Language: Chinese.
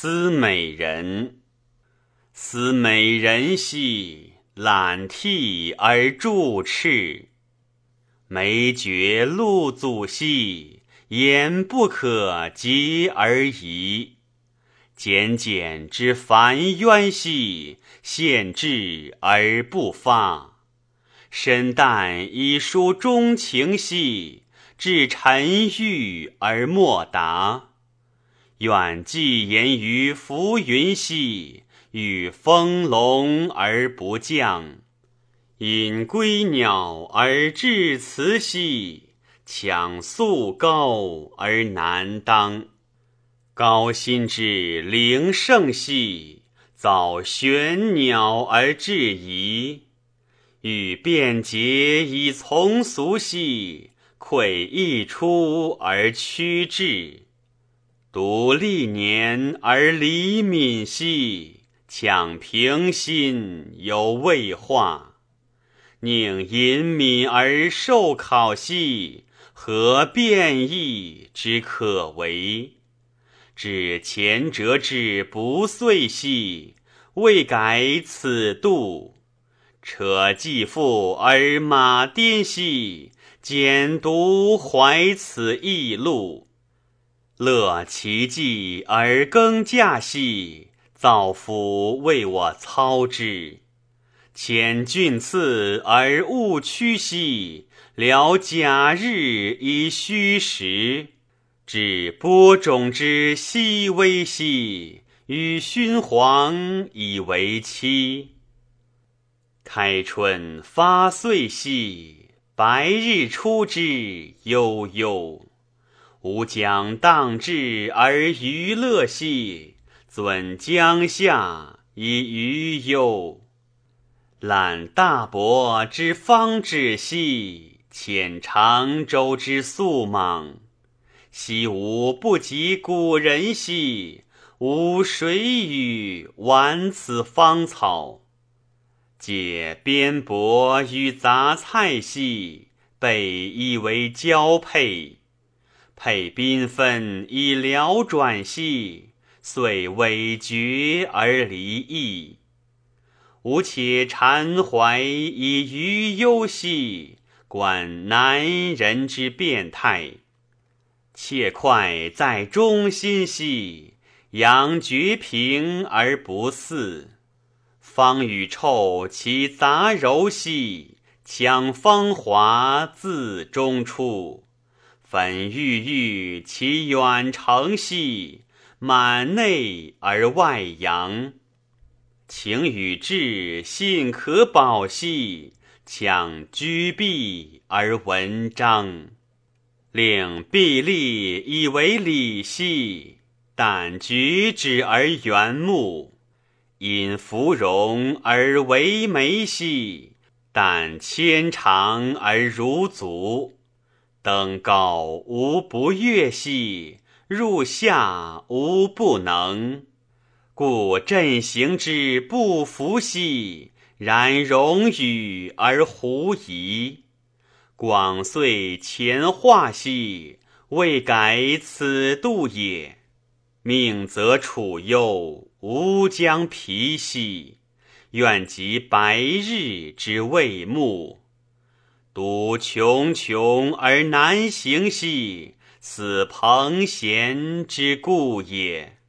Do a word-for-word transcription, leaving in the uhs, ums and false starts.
思美人。思美人兮，懒涕而注赤。眉绝露足兮，言不可及而已。简简之烦冤兮，献志而不发。身淡以抒衷情兮，至沉郁而莫达。愿寄言于浮云兮，遇风龙而不降。引归鸟而致辞兮，抢素高而难当。高心之灵盛兮，早玄鸟而致夷。欲便捷以从俗兮，愧一出而屈志。独历年而离敏兮，强平心犹未化。宁隐敏而受考兮，何变异之可为？至前折之不遂兮，未改此度。扯继父而马颠兮，简独怀此异路。乐其计而更驾兮，造福为我操之。遣郡赐而勿屈兮，聊假日以虚实。至播种之熹微兮，与熏黄以为期。开春发岁兮，白日出之悠悠。吾将荡志而娱乐兮，尊江夏以娱忧。览大伯之方志兮，遣长洲之肃莽。昔吾不及古人兮，吾谁与玩此芳草？解边帛与杂菜兮，备以为交配。配缤纷以疗转兮，遂委决而离异。吾且缠怀以娱忧兮，观男人之变态。切快在中心兮，养绝平而不肆。芳与臭其杂糅兮，强芳华自中出。粉郁郁其远成兮，满内而外扬。情与志信可保兮，强居避而文章。令臂力以为礼兮，但举止而圆目。因芙蓉而为眉兮，但牵长而如足。登高无不悦兮，入下无不能。故朕行之不服兮，然容与而狐疑。广遂前化兮，未改此度也。命则处忧，吾将疲兮。愿及白日之未暮。独穷穷而难行兮，此朋贤之故也。